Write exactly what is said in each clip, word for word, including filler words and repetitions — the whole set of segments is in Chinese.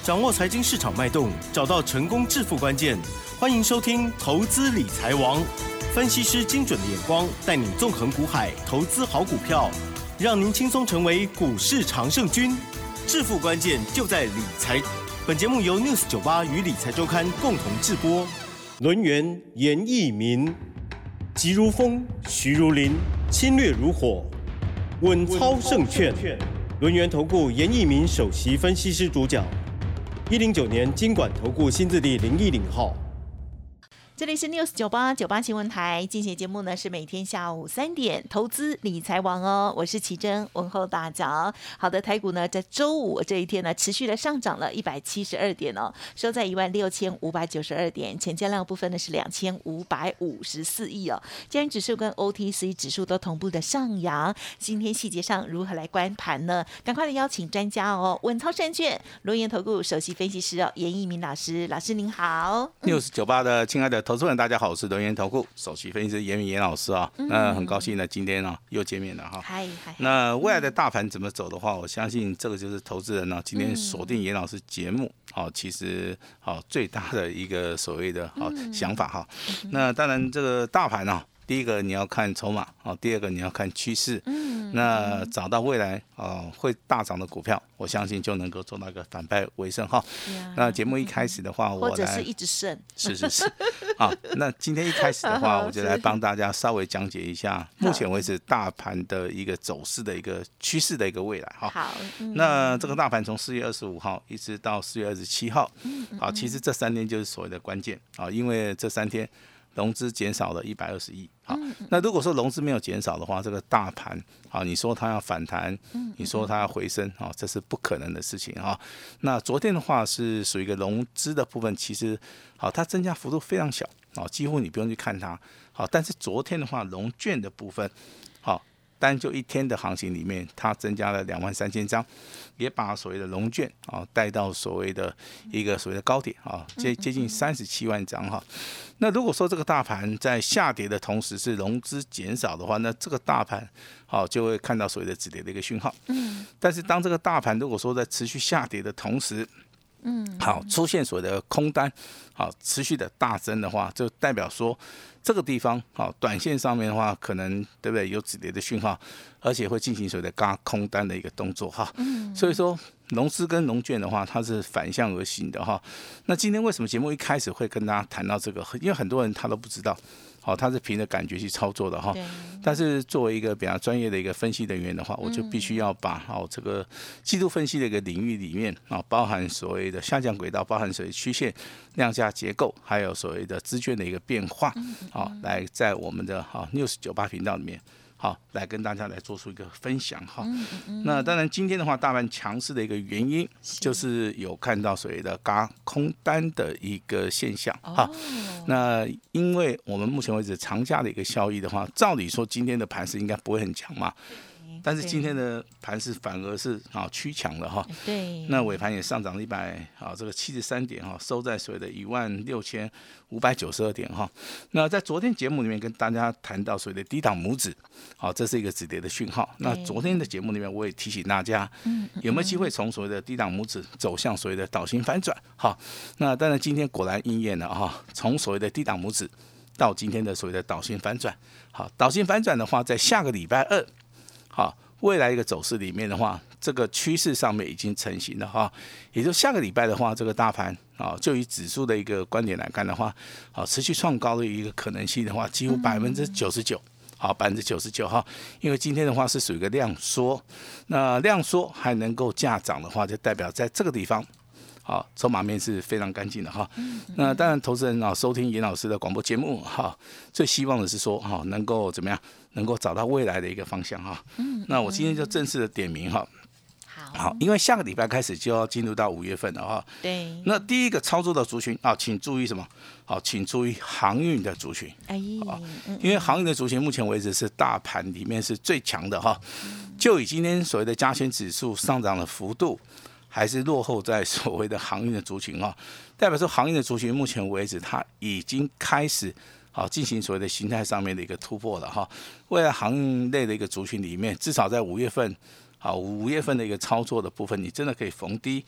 掌握财经市场脉动，找到成功致富关键。欢迎收听《投资理财王》，分析师精准的眼光，带你纵横股海，投资好股票，让您轻松成为股市常胜军。致富关键就在理财。本节目由 News 九八与理财周刊共同制播。轮源严义民，急如风，徐如林，侵略如火，稳操胜券。轮源投顾严义民首席分析师主讲。一零九年金管投顾新字第零一零号。 这里是 News 九八九八新闻台，进行节目呢是每天下午三点，投资理财王哦，我是奇珍，问候大家。好的，台股呢在周五这一天呢持续的上涨了一百七十二点哦，收在一万六千五百九十二点，成交量部分呢是两千五百五十四亿哦。加权指数跟 O T C 指数都同步的上扬，今天细节上如何来观盘呢？赶快的邀请专家哦，稳操胜券，轮源投顾首席分析师哦，严义民老师，老师您好。 News 九八的亲爱的投资人，大家好，我是轮源投顾首席分析师严明严老师啊。嗯、那很高兴呢，今天呢、啊、又见面了哈。 嗨嗨。 那未来的大盘怎么走的话，我相信这个就是投资人呢、啊、今天锁定严老师节目，好、嗯，其实好最大的一个所谓的好想法哈。嗯、那当然这个大盘啊。第一个你要看筹码，第二个你要看趋势，嗯，那找到未来哦会大涨的股票，我相信就能够做到一个反败为胜哈。那节目一开始的话，我来或者是一直胜， 是是是，好，那今天一开始的话，我就来帮大家稍微讲解一下目前为止大盘的一个走势的一个趋势的一个未来哈。 好，嗯、 那这个大盘从四月二十五号一直到四月二十七号，好，其实这三天就是所谓的关键啊，因为这三天融资减少了一百二十亿。好，那如果说融资没有减少的话，这个大盘，好，你说它要反弹，你说它要回升，好，这是不可能的事情哈。那昨天的话是属于一个融资的部分，其实好，它增加幅度非常小，好，几乎你不用去看它，好，但是昨天的话，融券的部分，好，单就一天的行情里面，它增加了两万三千张，也把所谓的融券啊带到所谓的一个所谓的高点啊，接接近三十七万张哈。那如果说这个大盘在下跌的同时是融资减少的话，那这个大盘好就会看到所谓的止跌的一个讯号。嗯。但是当这个大盘如果说在持续下跌的同时，嗯，好出现所谓的空单，好持续的大增的话，就代表说这个地方好短线上面的话，可能对不对有止跌的讯号，而且会进行所谓的軋空单的一个动作哈。嗯。所以说融资跟融券的话，它是反向而行的哈。那今天为什么节目一开始会跟大家谈到这个？因为很多人他都不知道。好，他是凭着感觉去操作的哈，但是作为一个比较专业的一个分析人员的话，我就必须要把好这个技术分析的一个领域里面啊，包含所谓的下降轨道，包含所谓曲线、量价结构，还有所谓的资券的一个变化，好，来在我们的好 News 九八频道里面。好，来跟大家来做出一个分享哈。嗯嗯、那当然，今天的话，大盘强势的一个原因，就是有看到所谓的軋空单的一个现象哈。哦、那因为我们目前为止长假的一个效益的话，照理说今天的盘势应该不会很强嘛。但是今天的盘势反而是啊趋强了哈， 对， 那尾盘也上涨了一百啊这个七十三点哈，收在所谓的一万六千五百九十二点哈。那在昨天节目里面跟大家谈到所谓的低档拇指，好，这是一个止跌的讯号。那昨天的节目里面我也提醒大家，有没有机会从所谓的低档拇指走向所谓的倒型反转？好，那当然今天果然应验了哈，从所谓的低档拇指到今天的所谓的倒型反转。好，倒型反转的话，在下个礼拜二。好，未来一个走势里面的话，这个趋势上面已经成型了哈。也就下个礼拜的话，这个大盘啊，就以指数的一个观点来看的话，好，持续创高的一个可能性的话，几乎百分之九十九，好，百分之九十九哈。因为今天的话是属于一个量缩，那量缩还能够价涨的话，就代表在这个地方。好，筹码面是非常干净的哈。那当然，投资人啊，收听严老师的广播节目哈，最希望的是说哈，能够怎么样，能够找到未来的一个方向哈。那我今天就正式的点名哈。好，因为下个礼拜开始就要进入到五月份了哈。 对。 那第一个操作的族群啊，请注意什么？好，请注意航运的族群。哎。因为航运的族群目前为止是大盘里面是最强的哈。就以今天所谓的加权指数上涨的幅度。还是落后在所谓的航运的族群啊，代表说航运的族群目前为止它已经开始好进行所谓的形态上面的一个突破了哈。未来航运类的一个族群里面，至少在五月份，好五月份的一个操作的部分，你真的可以逢低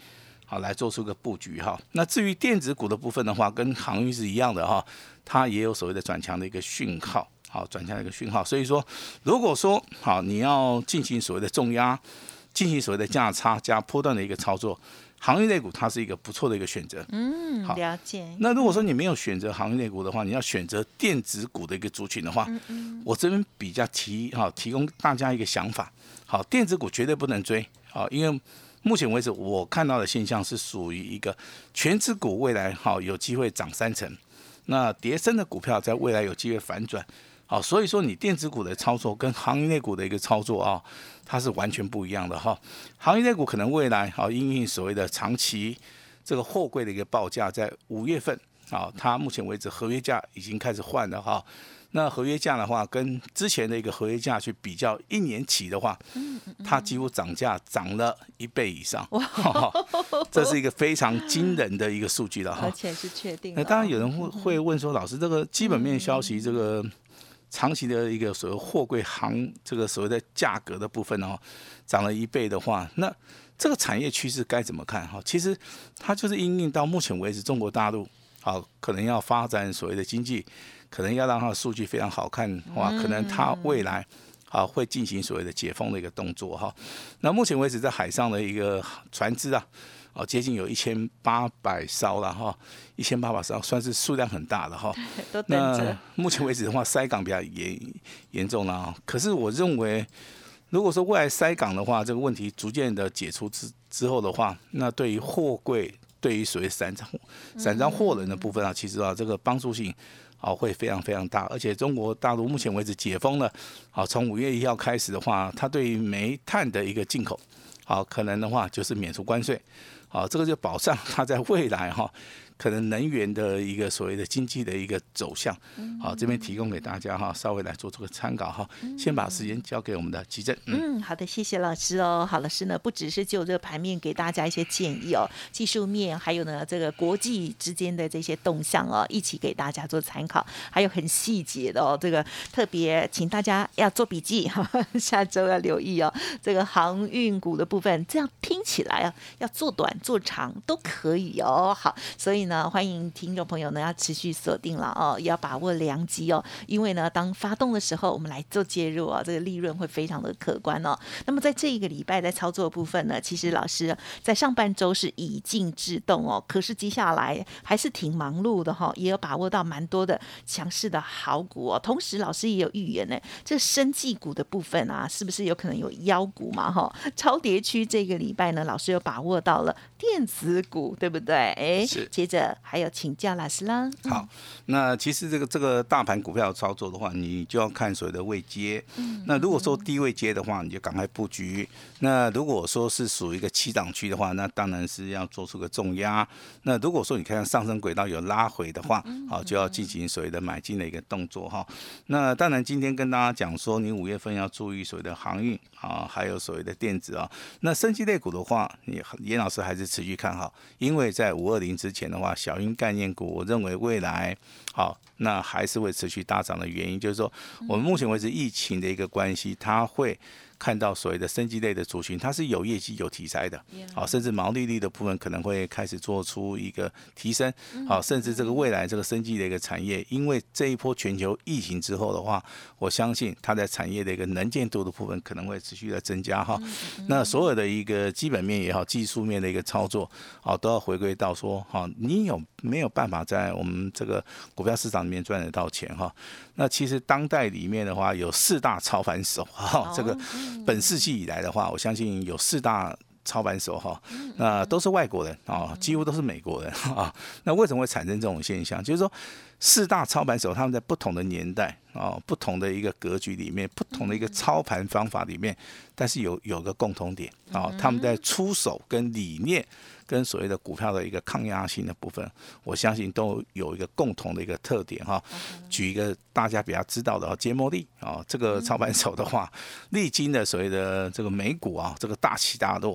好来做出个布局哈。那至于电子股的部分的话，跟航运是一样的哈，它也有所谓的转强的一个讯号。好，转强的一个讯号，所以说，如果说好你要进行所谓的重压，进行所谓的价差加波段的一个操作，航运类股它是一个不错的一个选择。 嗯，了解。 那如果说你没有选择航运类股的话，你要选择电子股的一个族群的话，嗯嗯我这边比较提好提供大家一个想法。好，电子股绝对不能追，好，因为目前为止我看到的现象是属于一个全指股未来好有机会涨三成，那跌升的股票在未来有机会反转。好，所以说你电子股的操作跟航运类股的一个操作啊，它是完全不一样的哈。航运类股可能未来好因应所谓的长期这个货柜的一个报价，在五月份啊，它目前为止合约价已经开始换了哈。那合约价的话，跟之前的一个合约价去比较，一年期的话，它几乎涨价涨了一倍以上，这是一个非常惊人的一个数据了哈。 而且是确定的。 那当然有人会会问说，老师，这个基本面消息，这个长期的一个所谓货柜行这个所谓的价格的部分哦，涨了一倍的话，那这个产业趋势该怎么看哈？其实它就是因应到目前为止中国大陆好可能要发展所谓的经济。可能要让它的数据非常好看的话，可能它未来啊会进行所谓的解封的一个动作哈。那目前为止在海上的一个船只啊，哦接近有一千八百艘了哈，一千八百艘算是数量很大的哈。那目前为止的话，塞港比较严严重了。可是我认为，如果说未来塞港的话，这个问题逐渐的解除之之后的话，那对于货柜，对于所谓散装散装货人的部分啊，其实啊这个帮助性。好，会非常非常大，而且中国大陆目前为止解封了，好，从五月一号开始的话，它对于煤炭的一个进口，好，可能的话就是免除关税，好，这个就保障它在未来哈，可能能源的一个所谓的经济的一个走向，好，这边提供给大家哈，稍微来做出个参考哈，先把时间交给我们的吉正。 嗯，好的，谢谢老师哦。好，老师呢不只是就这个盘面给大家一些建议哦，技术面还有呢这个国际之间的这些动向哦，一起给大家做参考，还有很细节的哦，这个特别请大家要做笔记哈，下周要留意哦。这个航运股的部分，这样听起来啊，要做短做长都可以哦。好，所以呢，欢迎听众朋友呢要持续锁定了哦，也要把握良机哦，因为呢，当发动的时候，我们来做介入啊，这个利润会非常的可观哦。那么在这一个礼拜在操作的部分呢，其实老师在上半周是以静制动哦，可是接下来还是挺忙碌的哈、哦，也有把握到蛮多的强势的好股哦。同时，老师也有预言呢，这生技股的部分啊，是不是有可能有妖股嘛？哈、哦，超跌区这个礼拜呢，老师有把握到了电子股，对不对？哎，接着还有请教老师啦。 嗯、好，那其实这个这个大盘股票操作的话，你就要看所谓的位阶。嗯，那如果说低位阶的话，你就赶快布局。那如果说是属于一个起涨区的话，那当然是要做出个重压。那如果说你看上升轨道有拉回的话，好，就要进行所谓的买进的一个动作哈。那当然今天跟大家讲说，你五月份要注意所谓的航运啊，还有所谓的电子啊。那生技类股的话，你严老师还是持续看好，因为在五二零之前的话，小鹰概念股，我认为未来好，那还是会持续大涨的原因，就是说我们目前为止疫情的一个关系，它会看到所谓的生技类的族群，它是有业绩有题材的，好，甚至毛利率的部分可能会开始做出一个提升，好，甚至这个未来这个生技的一个产业，因为这一波全球疫情之后的话，我相信它在产业的一个能见度的部分可能会持续的增加哈。那所有的一个基本面也好，技术面的一个操作，好，都要回归到说，好，你有没有办法在我们这个股票市场里面赚得到钱哈？那其实当代里面的话，有四大操盘手哈，这个本世纪以来的话，我相信有四大操盘手哈，那都是外国人啊，几乎都是美国人啊。那为什么会产生这种现象？就是说，四大操盘手他们在不同的年代啊、不同的一个格局里面，不同的一个操盘方法里面，但是有有个共同点啊，他们在出手跟理念。跟所谓的股票的一个抗压性的部分，我相信都有一个共同的一个特点哈。举一个大家比较知道的杰摩利啊，这个操盘手的话，历经的所谓的这个美股啊，这个大起大落，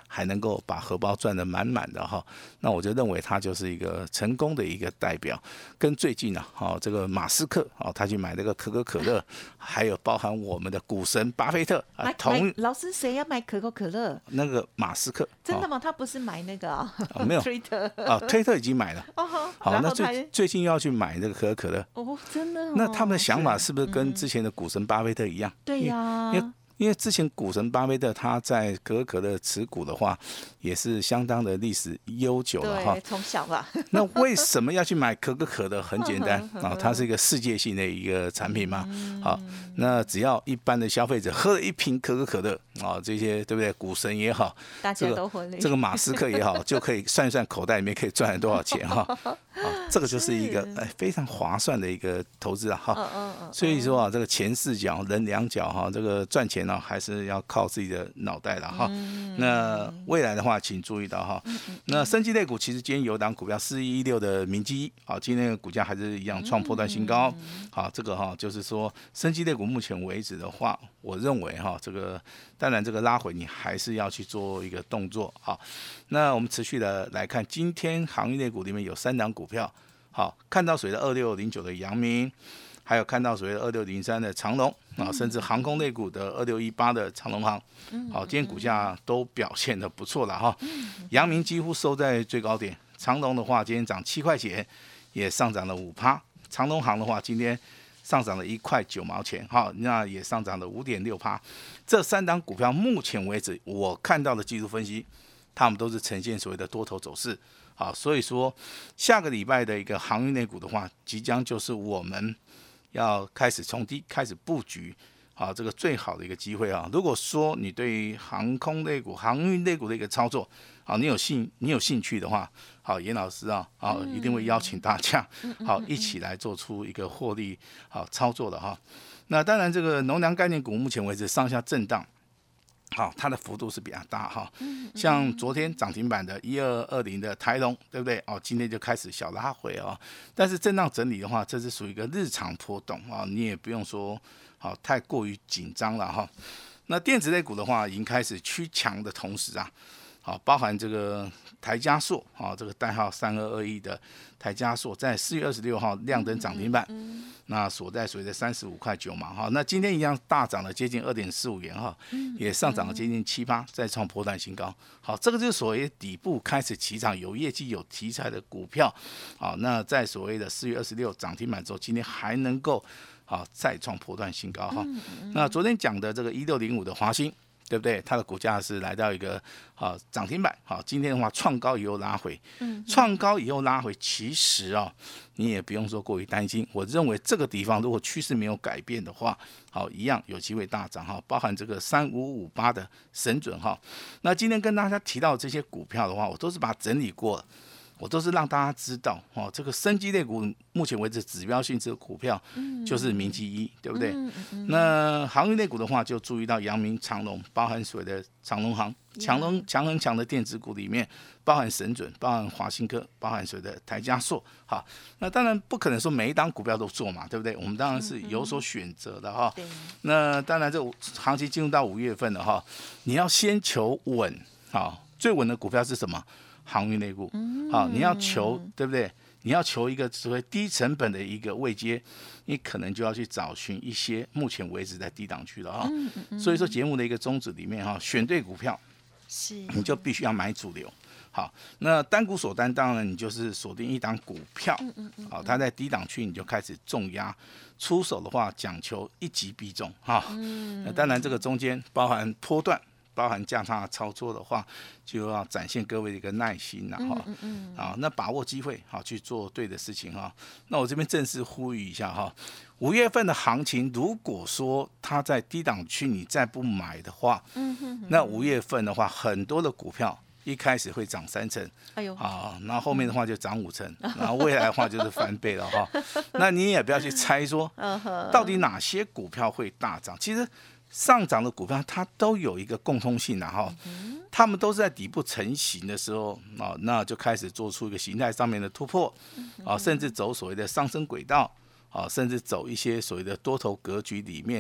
还能够把荷包赚得满满的哈，那我就认为它就是一个成功的一个代表。跟最近啊，哦，这个马斯克哦，他去买那个可口可乐，还有包含我们的股神巴菲特啊，同老师谁要买可口可乐？ 那个马斯克真的吗？哦、他不是买那个啊？ 哦、没有推特啊，推特已经买了。 哦、 好，那最最近又要去买那个可口可乐。 哦，真的、哦？ 那他们的想法是不是跟之前的股神巴菲特一样？ 对呀、啊， 因为因为之前股神巴菲特他在可口可乐持股的话，也是相当的历史悠久了哈。 对，从小吧。 那为什么要去买可口可乐？很简单啊，它是一个世界性的一个产品嘛。好，那只要一般的消费者喝了一瓶可口可乐啊，这些对不对？股神也好， 大家都回、 这个这个马斯克也好，就可以算一算口袋里面可以赚了多少钱哈。好，这个就是一个哎非常划算的一个投资啊哈。所以说啊，这个钱四脚人两脚哈，这个赚钱呢还是要靠自己的脑袋了哈。那未来的话，请注意到哈，那生技类股其实今天有档股票四一一六的明基，好，今天的股价还是一样创波段新高。好，这个哈就是说生技类股目前为止的话，我认为哈这个当然这个拉回你还是要去做一个动作。好，那我们持续的来看，今天航运类股里面有三档股票，好，看到谁的二六零九的阳明。还有看到所谓的二六零三的长荣啊，甚至航空类股的二六一八的长荣航，好，今天股价都表现得不错了哈。阳明几乎收在最高点，长荣的话今天涨七块钱，也上涨了五趴。长荣航的话今天上涨了一块九毛钱，好，那也上涨了五点六趴。这三档股票目前为止我看到的技术分析，他们都是呈现所谓的多头走势。好，所以说下个礼拜的一个航运类股的话，即将就是我们要开始从低开始布局，好，这个最好的一个机会啊！如果说你对于航空类股、航运类股的一个操作，好，你有兴你有兴趣的话，好，严老师啊，好，一定会邀请大家，好，一起来做出一个获利好操作的哈。那当然，这个农粮概念股目前为止上下震荡。好，它的幅度是比较大哈，像昨天涨停板的一二二零的台龙，对不对？哦，今天就开始小拉回哦，但是震荡整理的话，这是属于一个日常波动啊，你也不用说好太过于紧张了哈。那电子类股的话，已经开始趋强的同时啊，好，包含这个台嘉硕啊，这个代号三二二一的台嘉硕，在四月二十六号亮灯涨停板。那锁在所谓的三十五块九毛哈，那今天一样大涨了接近二点四五元哈，也上涨了接近七趴，再创波段新高。好，这个就是所谓底部开始起涨、有业绩、有题材的股票。好，那在所谓的四月二十六涨停板之后，今天还能够好再创波段新高哈。那昨天讲的这个一六零五的华兴，对不对？它的股价是来到一个好涨停板，好，今天的话创高以后拉回，创高以后拉回，其实啊、哦，你也不用说过于担心。我认为这个地方如果趋势没有改变的话，好，一样有机会大涨哈。包含这个三五五八的神准哈。那今天跟大家提到这些股票的话，我都是把它整理过了。我都是让大家知道，哦，这个生技类股目前为止指标性这个股票就是明基一，对不对？嗯嗯嗯、那航运类股的话，就注意到阳明、长荣，包含所谓的长荣航、强龙、强很强的电子股里面，包含神准、包含华新科、包含所谓的台嘉硕。好，那当然不可能说每一档股票都做嘛，对不对？我们当然是有所选择的哈。那当然，这行情进入到五月份了哈，你要先求稳，好，最稳的股票是什么？航运类股，好，你要求对不对？你要求一个所谓低成本的一个位阶，你可能就要去找寻一些目前为止在低档区了哈。所以说节目的一个宗旨里面哈，选对股票，是你就必须要买主流。好，那单股锁单，当然你就是锁定一档股票，好，它在低档区你就开始重压，出手的话讲求一击必中哈。那当然这个中间包含波段。包含价差操作的话，就要展现各位的一个耐心了哈，嗯嗯嗯、啊，那把握机会，好去做对的事情哈。那我这边正式呼吁一下哈，五月份的行情，如果说它在低档区你再不买的话，嗯哼哼那五月份的话，很多的股票一开始会涨三成，哎呦啊，那后面的话就涨五成，然后未来的话就是翻倍了哈。那你也不要去猜说，到底哪些股票会大涨，其实。上涨的股票它都有一个共通性啊哈，它们都是在底部成型的时候啊，那就开始做出一个形态上面的突破啊，甚至走所谓的上升轨道啊，甚至走一些所谓的多头格局里面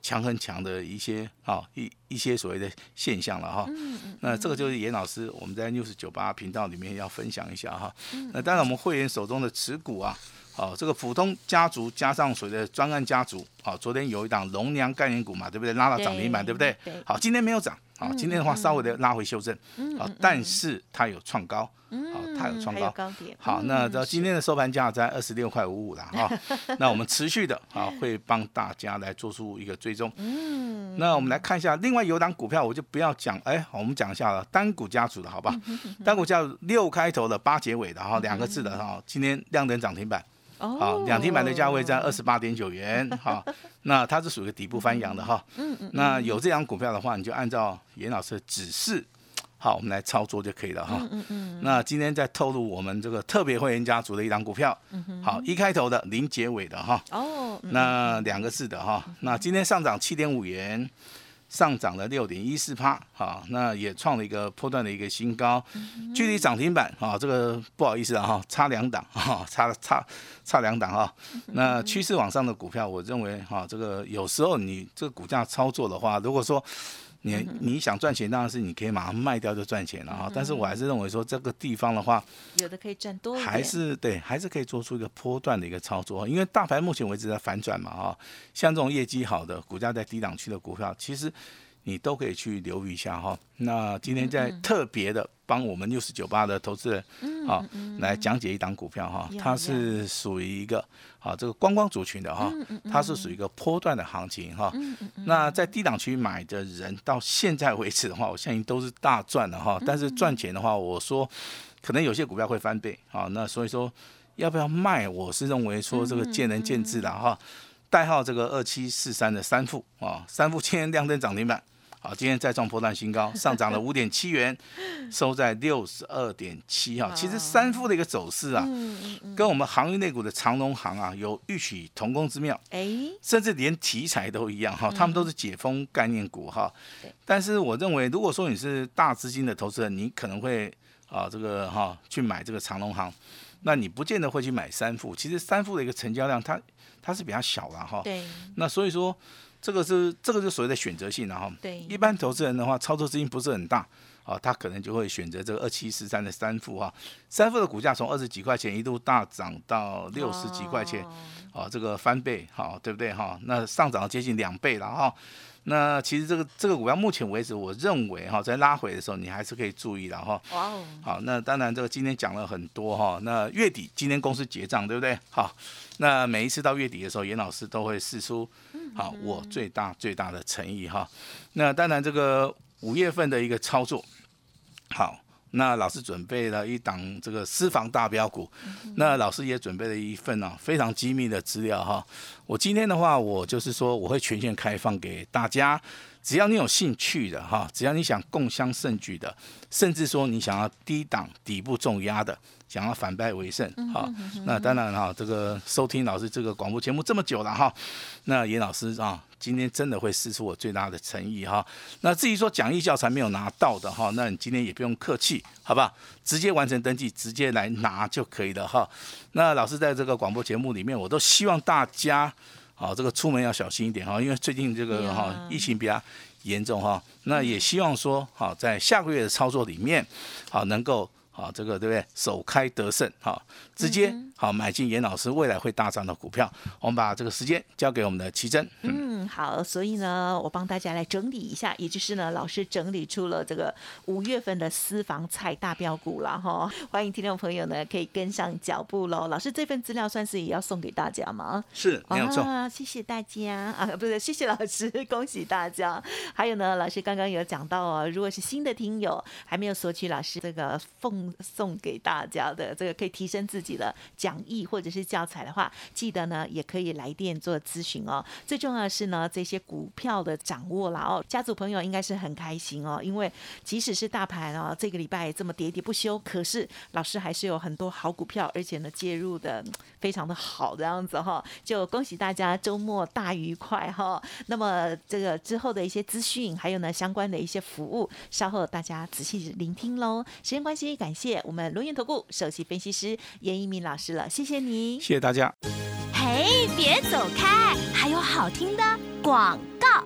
强很强的一些啊一一些所谓的现象了哈。嗯嗯、那这个就是严老师我们在 News 九八频道里面要分享一下哈。嗯、那当然我们会员手中的持股啊。好、哦，这个普通家族加上所谓的专案家族，好、哦，昨天有一档龙娘概念股嘛，对不对？拉到涨停板，对不对？好，今天没有涨，好、哦，今天的话稍微的拉回修正，嗯，好、哦，但是它有创高，嗯，好、哦，它有创高， 高点好，那到今天的收盘价在二十六块五五了哈，那我们持续的啊会帮大家来做出一个追踪，嗯，那我们来看一下，另外有档股票我就不要讲，哎，我们讲一下了，单股家族的好不好？单股家族六开头的八结尾的哈，两个字的哈，今天亮灯涨停板。好，两天板的价位在二十八点九元，好，那它是属于底部翻扬的哈。嗯嗯。那有这张股票的话，你就按照严老师的指示，好，我们来操作就可以了哈。嗯嗯。那今天再透露我们这个特别会员家族的一档股票，好，一开头的零结尾的哈。哦。那两个字的哈，那今天上涨七点五元。上涨了六点一四趴，好，那也创了一个波段的一个新高，距离涨停板啊，这个不好意思啊哈，差两档哈，差差差两档哈。那趋势往上的股票，我认为哈，这个有时候你这个股价操作的话，如果说你你想赚钱，当然是你可以马上卖掉就赚钱了哈。但是我还是认为说这个地方的话， 有的可以赚多一点， 还是对，还是可以做出一个波段的一个操作。因为大盘目前为止在反转嘛哈，像这种业绩好的、股价在低档区的股票，其实你都可以去留意一下哈。那今天在特别的帮我们六四九八的投资人，好、嗯嗯、来讲解一档股票哈，它是属于一个好这个观光族群的哈，它是属于一个波段的行情哈。那在低档区买的人到现在为止的话，我相信都是大赚的哈。但是赚钱的话，我说可能有些股票会翻倍啊。那所以说要不要卖，我是认为说这个见仁见智的哈。代号这个二七四三的三富啊，三富今天亮灯涨停板。好，今天再创波段新高，上涨了五点七元，收在六十二点七哈。其实三富的一个走势啊，跟我们航运类股的长荣航啊有异曲同工之妙，甚至连题材都一样哈，他们都是解封概念股哈。但是我认为，如果说你是大资金的投资人，你可能会啊这个哈去买这个长荣航，那你不见得会去买三富。其实三富的一个成交量，它它是比较小了哈。对。那所以说。这个是这个是所谓的选择性，然后一般投资人的话，操作资金不是很大啊，他可能就会选择这个二七四三的三富哈。三富的股价从二十几块钱一度大涨到六十几块钱，哦、啊，这个翻倍哈，对不对哈？那上涨了接近两倍了哈。那其实这个这个股票目前为止，我认为哈，在拉回的时候，你还是可以注意的哈。哇哦。好，那当然这个今天讲了很多哈。那月底今天公司结账，对不对？好，那每一次到月底的时候，严老师都会释出好我最大最大的诚意哈。那当然这个五月份的一个操作，好。那老师准备了一档这个私房大标股，那老师也准备了一份啊非常机密的资料哈。我今天的话，我就是说我会全线开放给大家，只要你有兴趣的哈，只要你想共襄盛举的，甚至说你想要低档底部重压的，想要反败为胜哈。那当然哈，这个收听老师这个广播节目这么久了哈，那严老师啊。今天真的会释出我最大的诚意哈。那至于说讲义教材没有拿到的哈，那你今天也不用客气，好不好？直接完成登记，直接来拿就可以了哈。那老师在这个广播节目里面，我都希望大家好，这个出门要小心一点哈，因为最近这个哈疫情比较严重哈。那也希望说好，在下个月的操作里面，好能够。好，这个对不对？首开得胜，好，直接好买进严老师未来会大涨的股票。我们把这个时间交给我们的奇珍。 嗯, 嗯，好，所以呢，我帮大家来整理一下，也就是呢，老师整理出了这个五月份的私房菜大标股了哈。欢迎听众朋友呢可以跟上脚步喽。老师这份资料算是也要送给大家吗？ 是，没有错。 啊，谢谢大家啊，不是，谢谢老师，恭喜大家。还有呢，老师刚刚有讲到哦，如果是新的听友还没有索取老师这个奉送给大家的这个可以提升自己的讲义或者是教材的话，记得呢也可以来电做咨询哦。最重要的是呢，这些股票的掌握啦哦，家族朋友应该是很开心哦，因为即使是大盘哦这个礼拜这么喋喋不休，可是老师还是有很多好股票，而且呢介入的非常的好这样子哈、哦，就恭喜大家周末大愉快哈、哦。那么这个之后的一些资讯，还有呢相关的一些服务，稍后大家仔细聆听喽。时间关系，感谢我们轮源投顾首席分析师严一鸣老师了，谢谢你， 谢谢大家。 嘿，别走开，还有好听的广告。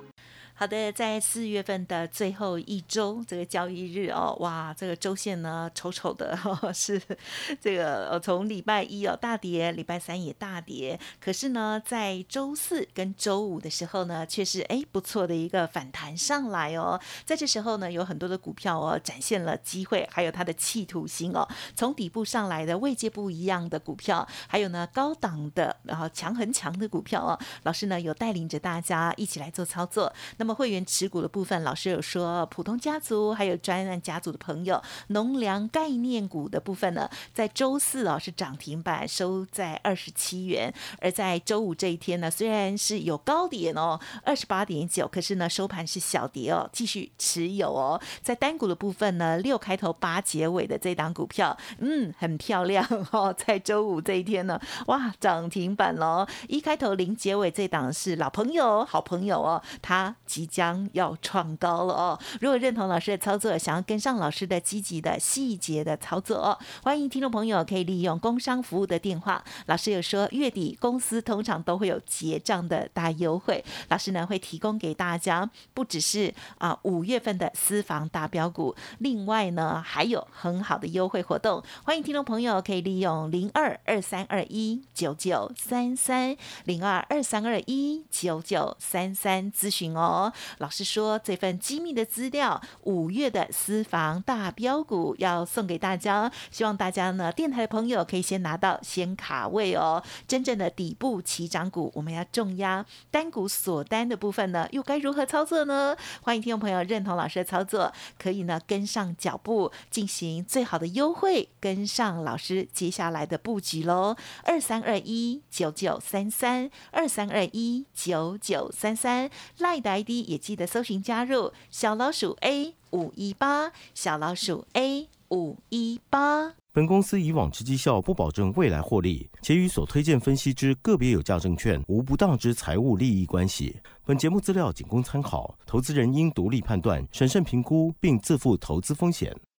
好的，在四月份的最后一周这个交易日哦，哇，这个周线呢丑丑的、哦、是这个呃从礼拜一哦大跌，礼拜三也大跌，可是呢在周四跟周五的时候呢，却是哎不错的一个反弹上来哦。在这时候呢，有很多的股票哦展现了机会，还有它的企图心哦。从底部上来的位阶不一样的股票，还有呢高档的然后强很强的股票哦，老师呢有带领着大家一起来做操作。那么会员持股的部分，老师有说普通家族还有专案家族的朋友，农粮概念股的部分呢，在周四哦是涨停板，收在二十七元，而在周五这一天呢，虽然是有高点哦二十八点九，可是呢收盘是小跌哦，继续持有哦。在单股的部分呢，六开头八结尾的这档股票，嗯，很漂亮哦，在周五这一天呢，哇，涨停板咯，一开头零结尾这档是老朋友好朋友哦，它即将要创高了哦。如果认同老师的操作，想要跟上老师的积极的细节的操作哦，欢迎听众朋友可以利用工商服务的电话。老师有说月底公司通常都会有结账的大优惠，老师呢会提供给大家，不只是啊五月份的私房大标股，另外呢还有很好的优惠活动，欢迎听众朋友可以利用零二二三二一九九三三零二二三二一九九三三咨询哦。老师说这份机密的资料，五月的私房大标股要送给大家，希望大家呢电台的朋友可以先拿到先卡位哦。真正的底部起涨股我们要重压，单股锁单的部分呢又该如何操作呢？欢迎听众朋友认同老师的操作，可以呢跟上脚步，进行最好的优惠，跟上老师接下来的布局咯。二三二一九九三三二三二一九九三三 LINE 的 I D 也记得搜寻加入小老鼠 A 五一八，小老鼠 A 五一八。 本公司以往之绩效不保证未来获利，且与所推荐分析之个别有价证券无不当之财务利益关系。本节目资料仅供参考，投资人应独立判断、审慎评估，并自负投资风险。